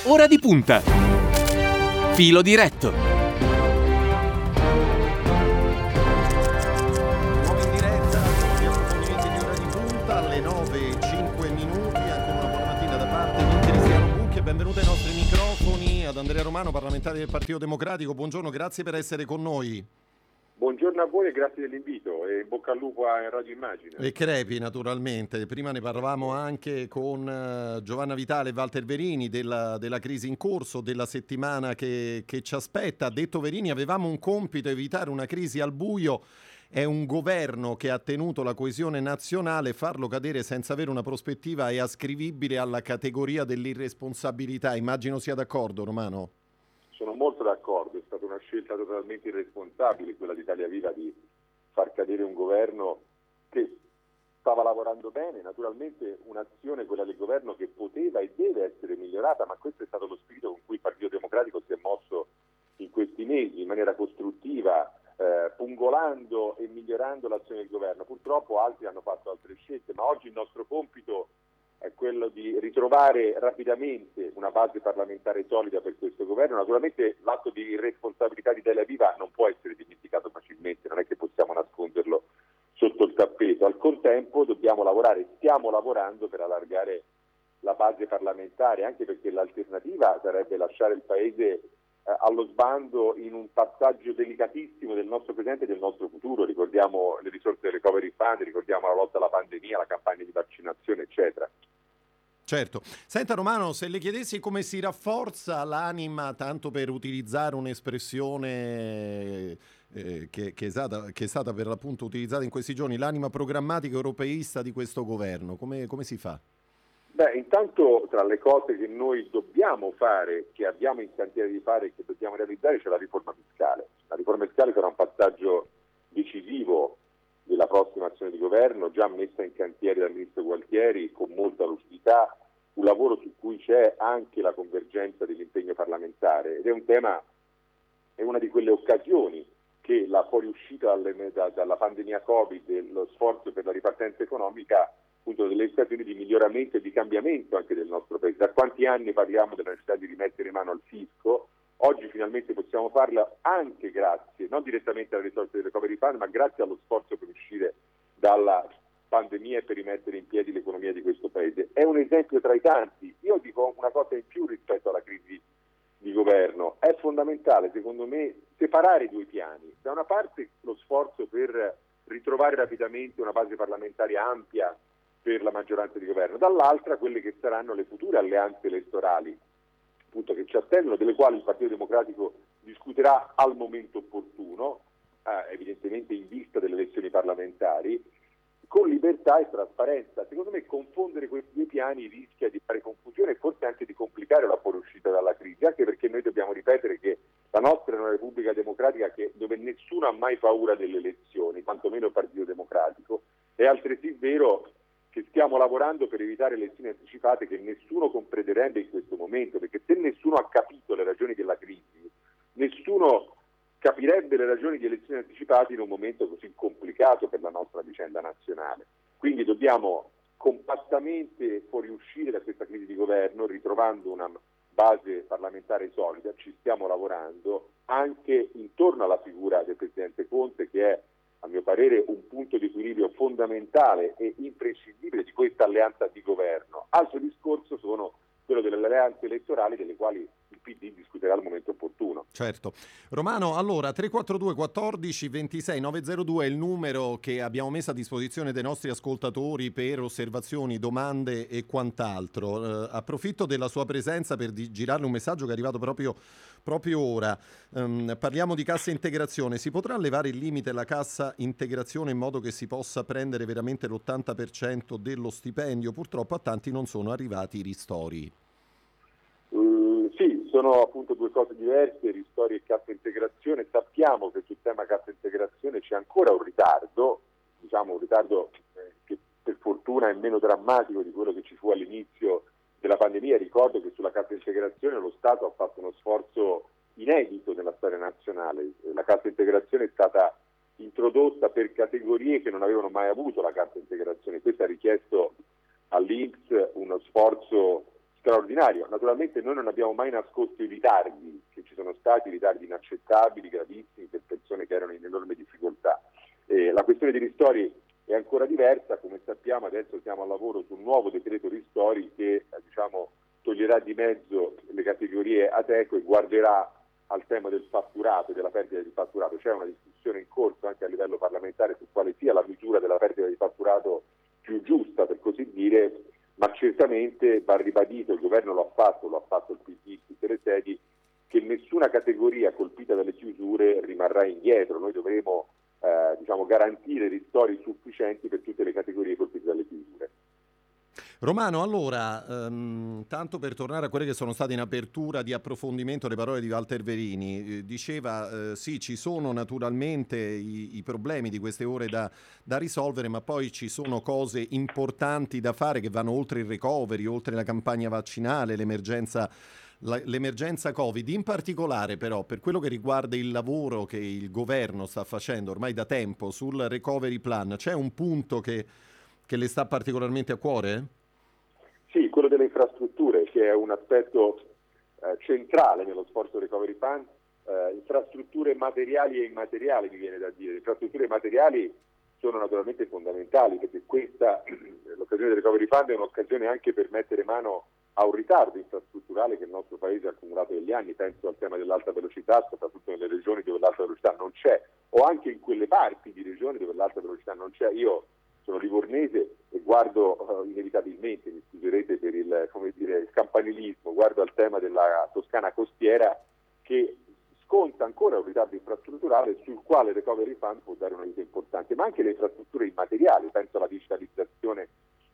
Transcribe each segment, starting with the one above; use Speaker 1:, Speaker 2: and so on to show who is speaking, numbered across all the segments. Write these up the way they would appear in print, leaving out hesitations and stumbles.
Speaker 1: Ora di punta. Filo diretto.
Speaker 2: Nuovo in diretta, gli approfondimenti di Ora di punta alle 9:05, ancora una buona mattina da parte di Cristiano Bucchi e benvenuti ai nostri microfoni ad Andrea Romano, parlamentare del Partito Democratico. Buongiorno, grazie per essere con noi.
Speaker 3: Buongiorno a voi e grazie dell'invito e in bocca al lupo a Radio Immagine.
Speaker 2: E crepi naturalmente, prima ne parlavamo anche con Giovanna Vitale e Walter Verini della crisi in corso, della settimana che ci aspetta. Ha detto Verini, avevamo un compito, evitare una crisi al buio. È un governo che ha tenuto la coesione nazionale, farlo cadere senza avere una prospettiva è ascrivibile alla categoria dell'irresponsabilità. Immagino sia d'accordo, Romano?
Speaker 3: Sono molto d'accordo, è stata una scelta totalmente irresponsabile quella di Italia Viva di far cadere un governo che stava lavorando bene, naturalmente un'azione, quella del governo, che poteva e deve essere migliorata, ma questo è stato lo spirito con cui il Partito Democratico si è mosso in questi mesi in maniera costruttiva, pungolando e migliorando l'azione del governo. Purtroppo altri hanno fatto altre scelte, ma oggi il nostro compito è quello di ritrovare rapidamente una base parlamentare solida per questo governo. Naturalmente l'atto di irresponsabilità di Italia Viva non può essere dimenticato facilmente, non è che possiamo nasconderlo sotto il tappeto. Al contempo dobbiamo lavorare, stiamo lavorando per allargare la base parlamentare, anche perché l'alternativa sarebbe lasciare il Paese allo sbando in un passaggio delicatissimo del nostro presente e del nostro futuro. Ricordiamo le risorse del Recovery Fund, ricordiamo la lotta alla pandemia, la campagna di vaccinazione, eccetera.
Speaker 2: Certo. Senta Romano, se le chiedessi come si rafforza l'anima, tanto per utilizzare un'espressione che è stata per l'appunto utilizzata in questi giorni, l'anima programmatica europeista di questo governo, come si fa?
Speaker 3: Beh, intanto tra le cose che noi dobbiamo fare, che abbiamo in cantiere di fare e che dobbiamo realizzare, c'è la riforma fiscale. La riforma fiscale sarà un passaggio decisivo della prossima azione di governo, già messa in cantiere dal ministro Gualtieri con molta lucidità, un lavoro su cui c'è anche la convergenza dell'impegno parlamentare ed è un tema, è una di quelle occasioni che la fuoriuscita dalla pandemia Covid e lo sforzo per la ripartenza economica, appunto, delle occasioni di miglioramento e di cambiamento anche del nostro Paese. Da quanti anni parliamo della necessità di rimettere mano al fisco? Oggi finalmente possiamo farla anche grazie, non direttamente alle risorse del Recovery Fund, ma grazie allo sforzo per uscire dalla pandemia e per rimettere in piedi l'economia di questo Paese. È un esempio tra i tanti. Io dico una cosa in più rispetto alla crisi di governo. È fondamentale, secondo me, separare i due piani. Da una parte lo sforzo per ritrovare rapidamente una base parlamentare ampia per la maggioranza di governo, dall'altra quelle che saranno le future alleanze elettorali, appunto, che ci attendono, delle quali il Partito Democratico discuterà al momento opportuno, evidentemente in vista delle elezioni parlamentari, con libertà e trasparenza. Secondo me confondere questi due piani rischia di fare confusione e forse anche di complicare la fuoriuscita dalla crisi, anche perché noi dobbiamo ripetere che la nostra è una Repubblica Democratica dove nessuno ha mai paura delle elezioni, quantomeno il Partito Democratico. È altresì vero che stiamo lavorando per evitare elezioni anticipate che nessuno comprenderebbe in questo momento, perché se nessuno ha capito le ragioni della crisi, nessuno capirebbe le ragioni di elezioni anticipate in un momento così complicato per la nostra vicenda nazionale. Quindi dobbiamo compattamente fuoriuscire da questa crisi di governo, ritrovando una base parlamentare solida. Ci stiamo lavorando anche intorno alla figura del Presidente Conte, che è, a mio parere, un punto di equilibrio fondamentale e imprescindibile di questa alleanza di governo. Altro discorso sono quello delle alleanze elettorali, delle quali il PD discuterà al momento opportuno.
Speaker 2: Certo. Romano, allora 342 14 26 902 è il numero che abbiamo messo a disposizione dei nostri ascoltatori per osservazioni, domande e quant'altro. Approfitto della sua presenza per girarle un messaggio che è arrivato proprio ora. Parliamo di cassa integrazione. Si potrà levare il limite alla cassa integrazione in modo che si possa prendere veramente l'80% dello stipendio? Purtroppo a tanti non sono arrivati i ristori.
Speaker 3: Sì, sono appunto due cose diverse, ristori e cassa integrazione. Sappiamo che sul tema cassa integrazione c'è ancora un ritardo, diciamo un ritardo che per fortuna è meno drammatico di quello che ci fu all'inizio della pandemia. Ricordo che sulla cassa integrazione lo Stato ha fatto uno sforzo inedito nella storia nazionale. La cassa integrazione è stata introdotta per categorie che non avevano mai avuto la cassa integrazione. Questo ha richiesto all'INPS uno sforzo straordinario. Naturalmente noi non abbiamo mai nascosto i ritardi, che ci sono stati ritardi inaccettabili, gravissimi, per persone che erano in enorme difficoltà. La questione dei ristori è ancora diversa, come sappiamo adesso siamo al lavoro su un nuovo decreto ristori che toglierà di mezzo le categorie Ateco e guarderà al tema del fatturato e della perdita di fatturato. C'è una discussione in corso anche a livello parlamentare su quale sia la misura della perdita di fatturato più giusta, per così dire, ma certamente va ribadito, il governo lo ha fatto il PD in tutte le sedi, che nessuna categoria colpita dalle chiusure rimarrà indietro. Noi dovremo garantire ristori sufficienti per tutte le categorie colpite dalle chiusure.
Speaker 2: Romano, allora, tanto per tornare a quelle che sono state in apertura di approfondimento le parole di Walter Verini, diceva sì, ci sono naturalmente i problemi di queste ore da risolvere, ma poi ci sono cose importanti da fare che vanno oltre il recovery, oltre la campagna vaccinale, l'emergenza Covid. In particolare però per quello che riguarda il lavoro che il governo sta facendo ormai da tempo sul recovery plan, c'è un punto che le sta particolarmente a cuore?
Speaker 3: Sì, quello delle infrastrutture, che è un aspetto centrale nello sforzo recovery fund. Infrastrutture materiali e immateriali, mi viene da dire. Le infrastrutture materiali sono naturalmente fondamentali, perché l'occasione del recovery fund è un'occasione anche per mettere mano a un ritardo infrastrutturale che il nostro paese ha accumulato negli anni. Penso al tema dell'alta velocità, soprattutto nelle regioni dove l'alta velocità non c'è, o anche in quelle parti di regioni dove l'alta velocità non c'è. Io sono livornese e guardo inevitabilmente, mi scuserete per il campanilismo, guardo al tema della Toscana costiera, che sconta ancora un ritardo infrastrutturale sul quale il Recovery Fund può dare un aiuto importante, ma anche le infrastrutture immateriali. Penso alla digitalizzazione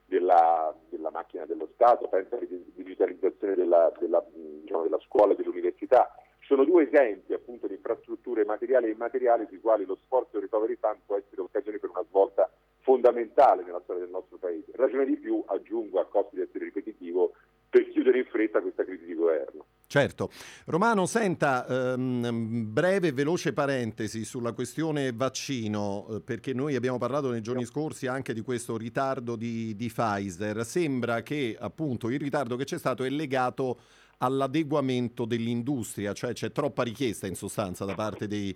Speaker 3: della macchina dello Stato, penso alla digitalizzazione della scuola e dell'università. Sono due esempi appunto di infrastrutture materiali e immateriali sui quali lo sforzo del Recovery Fund può essere occasione per una svolta fondamentale nella storia del nostro paese. Ragione di più, aggiungo, a costo di essere ripetitivo, per chiudere in fretta questa crisi di governo.
Speaker 2: Certo. Romano, senta, breve e veloce parentesi sulla questione vaccino, perché noi abbiamo parlato nei giorni scorsi anche di questo ritardo di Pfizer. Sembra che appunto il ritardo che c'è stato è legato all'adeguamento dell'industria, cioè c'è troppa richiesta in sostanza da parte dei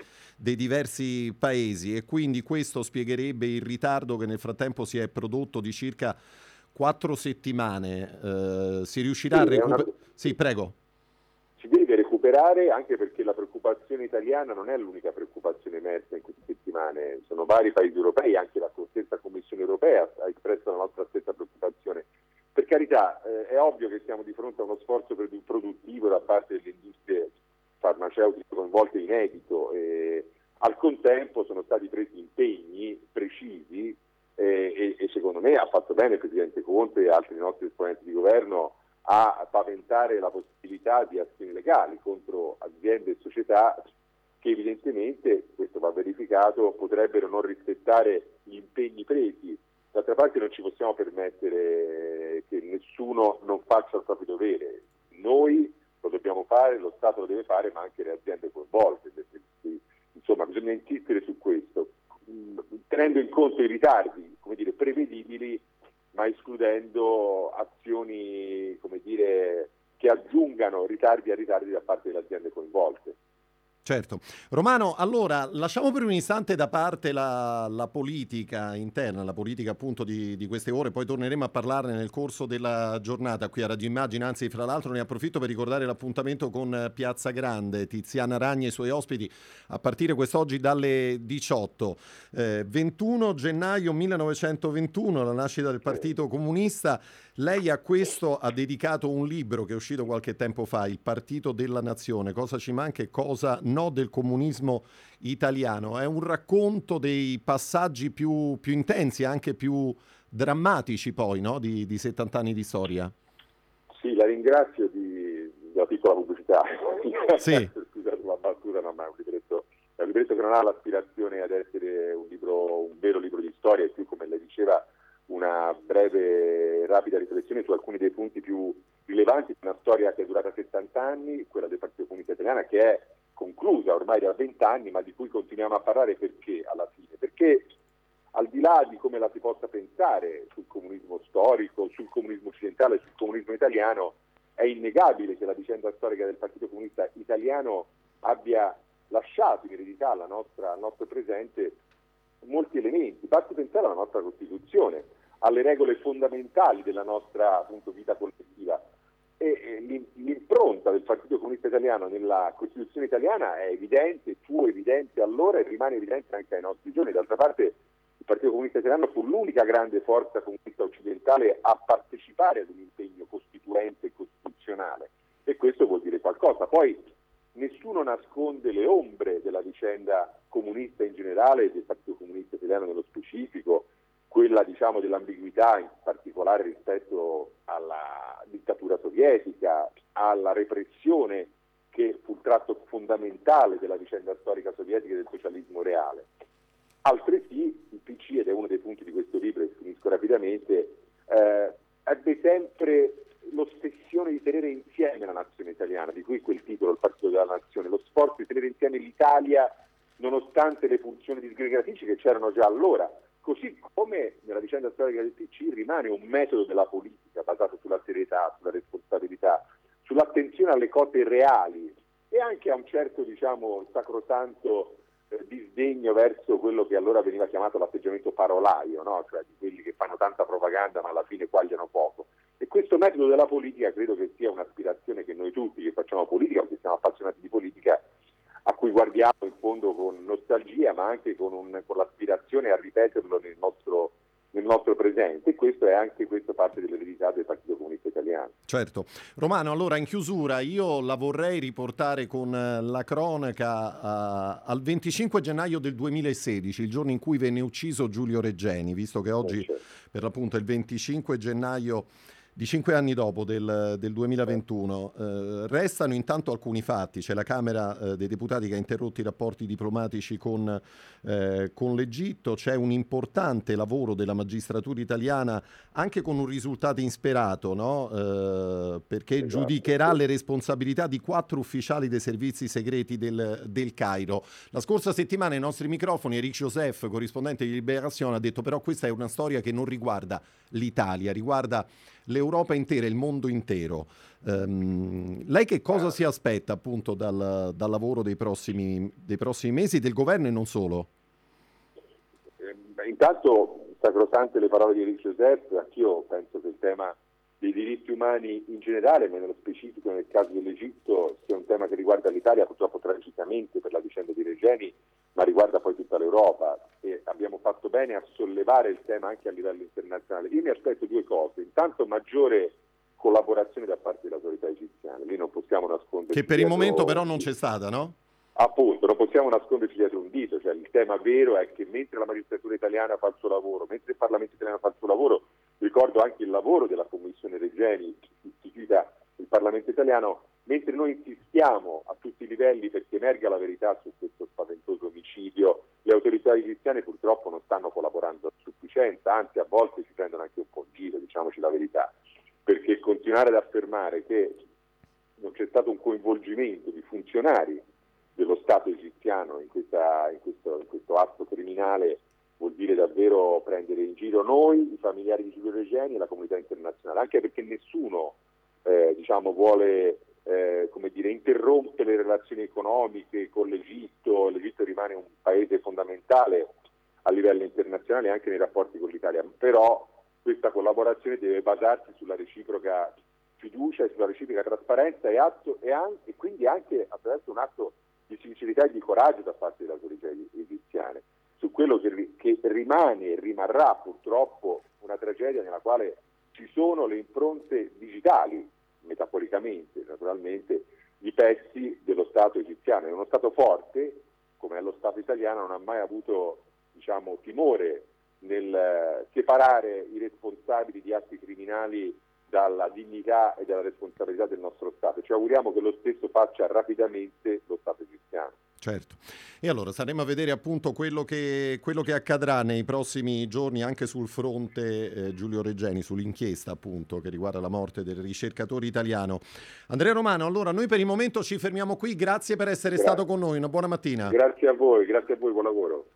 Speaker 2: diversi paesi, e quindi questo spiegherebbe il ritardo che nel frattempo si è prodotto di circa 4 settimane. Si riuscirà a recuperare? Sì, prego.
Speaker 3: Si deve recuperare, anche perché la preoccupazione italiana non è l'unica preoccupazione emersa in queste settimane. Sono vari paesi europei, anche la stessa Commissione europea ha espresso la nostra stessa preoccupazione. Per carità, è ovvio che siamo di fronte a uno sforzo produttivo da parte delle industrie farmaceutiche coinvolte inedito, e al contempo sono stati presi impegni precisi e secondo me ha fatto bene il Presidente Conte e altri nostri esponenti di governo a paventare la possibilità di azioni legali contro aziende e società che evidentemente, questo va verificato, potrebbero non rispettare gli impegni presi. D'altra parte non ci possiamo permettere che nessuno non faccia il proprio dovere. Noi lo dobbiamo fare, lo Stato lo deve fare, ma anche le aziende coinvolte. Insomma, bisogna insistere su questo, tenendo in conto i ritardi, prevedibili, ma escludendo azioni, che aggiungano ritardi a ritardi da parte delle aziende coinvolte.
Speaker 2: Certo. Romano, allora lasciamo per un istante da parte la politica interna, la politica appunto di queste ore, poi torneremo a parlarne nel corso della giornata qui a Radio Immagine. Anzi, fra l'altro ne approfitto per ricordare l'appuntamento con Piazza Grande, Tiziana Ragni e i suoi ospiti a partire quest'oggi dalle 18. 21 gennaio 1921, la nascita del Partito Comunista. Lei a questo ha dedicato un libro che è uscito qualche tempo fa, Il Partito della Nazione, cosa ci manca e cosa no del comunismo italiano. È un racconto dei passaggi più intensi, anche più drammatici poi, no? di 70 anni di storia.
Speaker 3: Sì, la ringrazio della piccola pubblicità.
Speaker 2: Sì.
Speaker 3: Scusate la battuta, no, ma è un libretto che non ha l'aspirazione ad essere un vero libro di storia, è più, come lei diceva, una breve, rapida riflessione su alcuni dei punti più rilevanti di una storia che è durata 70 anni, quella del Partito Comunista Italiano, che è conclusa ormai da 20 anni, ma di cui continuiamo a parlare perché alla fine? Perché al di là di come la si possa pensare sul comunismo storico, sul comunismo occidentale, sul comunismo italiano, è innegabile che la vicenda storica del Partito Comunista Italiano abbia lasciato in eredità al nostro presente molti elementi. Basti pensare alla nostra Costituzione, alle regole fondamentali della nostra appunto vita collettiva. E l'impronta del Partito Comunista Italiano nella Costituzione italiana è evidente, fu evidente allora e rimane evidente anche ai nostri giorni. D'altra parte il Partito Comunista Italiano fu l'unica grande forza comunista occidentale a partecipare ad un impegno costituente e costituzionale, e questo vuol dire qualcosa. Poi nessuno nasconde le ombre della vicenda comunista in generale e del Partito Comunista Italiano nello specifico, quella diciamo dell'ambiguità in particolare rispetto alla dittatura sovietica, alla repressione che fu il tratto fondamentale della vicenda storica sovietica e del socialismo reale. Altresì il PC, ed è uno dei punti di questo libro e finisco rapidamente, ebbe sempre l'ossessione di tenere insieme la nazione italiana, di cui quel titolo, il Partito della Nazione, lo sforzo di tenere insieme l'Italia nonostante le pulsioni disgregatrici che c'erano già allora. Così come nella vicenda storica del PC rimane un metodo della politica basato sulla serietà, sulla responsabilità, sull'attenzione alle cose reali e anche a un certo, diciamo, sacrosanto disdegno verso quello che allora veniva chiamato l'atteggiamento parolaio, no? Cioè di quelli che fanno tanta propaganda ma alla fine quagliano poco. E questo metodo della politica credo che sia un'aspirazione che noi tutti che facciamo politica o che siamo appassionati di politica a cui guardiamo in fondo con nostalgia, ma anche con l'aspirazione a ripeterlo nel nostro presente, e questo è anche parte dell'eredità del Partito Comunista Italiano.
Speaker 2: Certo. Romano, allora in chiusura io la vorrei riportare con la cronaca al 25 gennaio del 2016, il giorno in cui venne ucciso Giulio Regeni, visto che oggi per l'appunto è il 25 gennaio di 5 anni dopo del 2021. Restano intanto alcuni fatti. C'è la Camera dei Deputati che ha interrotto i rapporti diplomatici con l'Egitto, c'è un importante lavoro della magistratura italiana anche con un risultato insperato, no? Perché giudicherà le responsabilità di 4 ufficiali dei servizi segreti del Cairo. La scorsa settimana ai nostri microfoni Eric Joseph, corrispondente di Libération, ha detto però questa è una storia che non riguarda l'Italia, riguarda l'Europa intera, il mondo intero. Lei che cosa si aspetta appunto dal lavoro dei prossimi mesi del governo e non solo?
Speaker 3: Intanto, sacrosante le parole di Eric Joseph, anch'io penso che il tema dei diritti umani in generale, ma nello specifico nel caso dell'Egitto, sia un tema che riguarda l'Italia purtroppo tragicamente per la vicenda di Regeni, ma riguarda poi tutta l'Europa, e abbiamo fatto bene a sollevare il tema anche a livello internazionale. Io mi aspetto 2 cose: intanto maggiore collaborazione da parte delle autorità egiziane, lì non possiamo nasconderci
Speaker 2: che per il momento però non c'è stata, no?
Speaker 3: Appunto, non possiamo nasconderci dietro un dito, cioè il tema vero è che mentre la magistratura italiana fa il suo lavoro, mentre il Parlamento italiano fa il suo lavoro, ricordo anche il lavoro della Commissione Regeni istituita il Parlamento italiano, mentre noi insistiamo a tutti i livelli perché emerga la verità su questo spaventoso omicidio, le autorità egiziane purtroppo non stanno collaborando a sufficienza, anzi a volte ci prendono anche un po' in giro, diciamoci la verità, perché continuare ad affermare che non c'è stato un coinvolgimento di funzionari dello Stato egiziano in questo atto criminale vuol dire davvero prendere in giro noi, i familiari di Giulio Regeni e la comunità internazionale, anche perché nessuno vuole interrompere le relazioni economiche con l'Egitto. L'Egitto rimane un paese fondamentale a livello internazionale anche nei rapporti con l'Italia, però questa collaborazione deve basarsi sulla reciproca fiducia e sulla reciproca trasparenza e quindi anche attraverso un atto di sincerità e di coraggio da parte delle autorità egiziane su quello che rimane e rimarrà purtroppo una tragedia nella quale ci sono le impronte digitali, metaforicamente naturalmente, di pezzi dello Stato egiziano. È uno Stato forte, come è lo Stato italiano, non ha mai avuto timore nel separare i responsabili di atti criminali dalla dignità e dalla responsabilità del nostro Stato. Ci auguriamo che lo stesso faccia rapidamente lo Stato egiziano.
Speaker 2: Certo. E allora saremo a vedere appunto quello che accadrà nei prossimi giorni anche sul fronte Giulio Regeni, sull'inchiesta appunto che riguarda la morte del ricercatore italiano. Andrea Romano, allora noi per il momento ci fermiamo qui, grazie per essere stato con noi, una buona mattina.
Speaker 3: Grazie a voi, buon lavoro.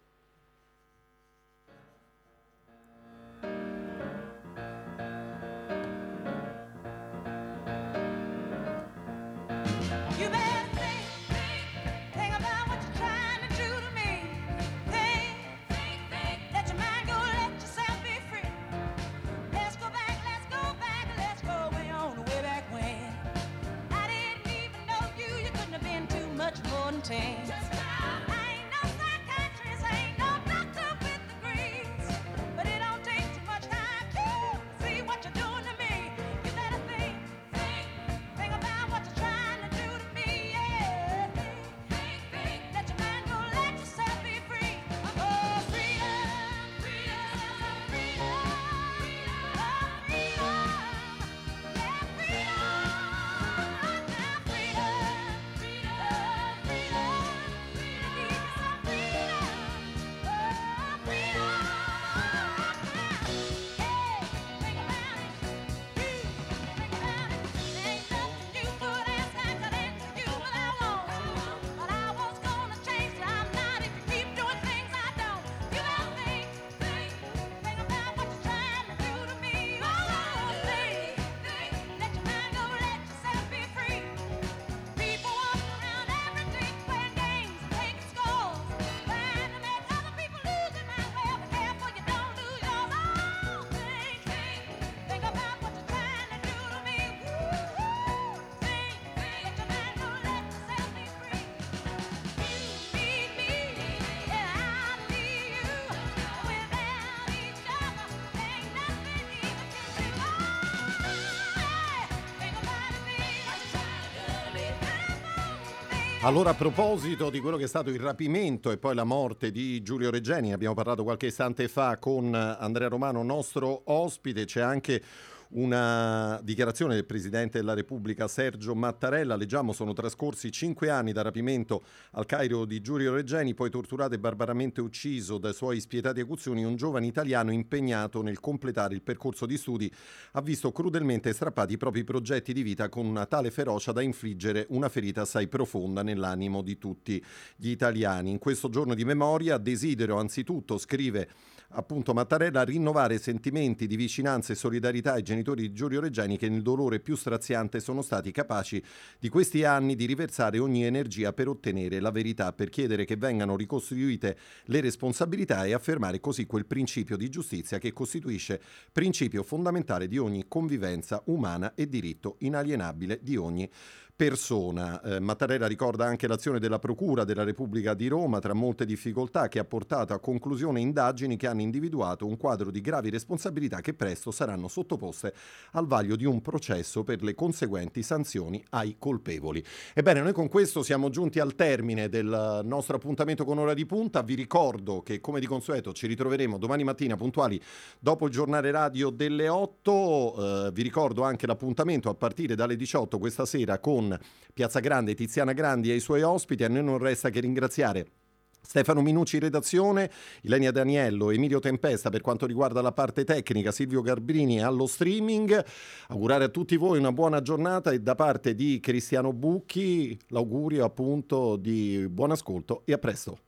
Speaker 4: quarantine. Ain't no psychiatrist, ain't no doctor with degrees, but it don't take too much time to see what you're doing to me. You better think about what you're trying to do to me. Yeah, think, let your mind go, let yourself be free. Oh, freedom, freedom, freedom, oh, freedom.
Speaker 2: Allora, a proposito di quello che è stato il rapimento e poi la morte di Giulio Regeni, abbiamo parlato qualche istante fa con Andrea Romano, nostro ospite, c'è anche una dichiarazione del Presidente della Repubblica Sergio Mattarella. Leggiamo: sono trascorsi 5 anni dal rapimento al Cairo di Giulio Regeni, poi torturato e barbaramente ucciso dai suoi spietati aguzzoni. Un giovane italiano impegnato nel completare il percorso di studi ha visto crudelmente strappati i propri progetti di vita con una tale ferocia da infliggere una ferita assai profonda nell'animo di tutti gli italiani. In questo giorno di memoria desidero anzitutto, scrive appunto Mattarella, rinnovare sentimenti di vicinanza e solidarietà ai genitori di Giulio Regeni, che nel dolore più straziante sono stati capaci di questi anni di riversare ogni energia per ottenere la verità, per chiedere che vengano ricostruite le responsabilità e affermare così quel principio di giustizia che costituisce principio fondamentale di ogni convivenza umana e diritto inalienabile di ogni persona. Mattarella ricorda anche l'azione della Procura della Repubblica di Roma, tra molte difficoltà, che ha portato a conclusione indagini che hanno individuato un quadro di gravi responsabilità che presto saranno sottoposte al vaglio di un processo per le conseguenti sanzioni ai colpevoli. Ebbene, noi con questo siamo giunti al termine del nostro appuntamento con Ora di Punta. Vi ricordo che, come di consueto, ci ritroveremo domani mattina puntuali dopo il giornale radio delle 8. Vi ricordo anche l'appuntamento a partire dalle 18 questa sera con Piazza Grande, Tiziana Grandi e i suoi ospiti. A noi non resta che ringraziare Stefano Minucci in redazione, Ilenia Daniello, Emilio Tempesta per quanto riguarda la parte tecnica, Silvio Garbrini allo streaming. Augurare a tutti voi una buona giornata e da parte di Cristiano Bucchi l'augurio appunto di buon ascolto e a presto.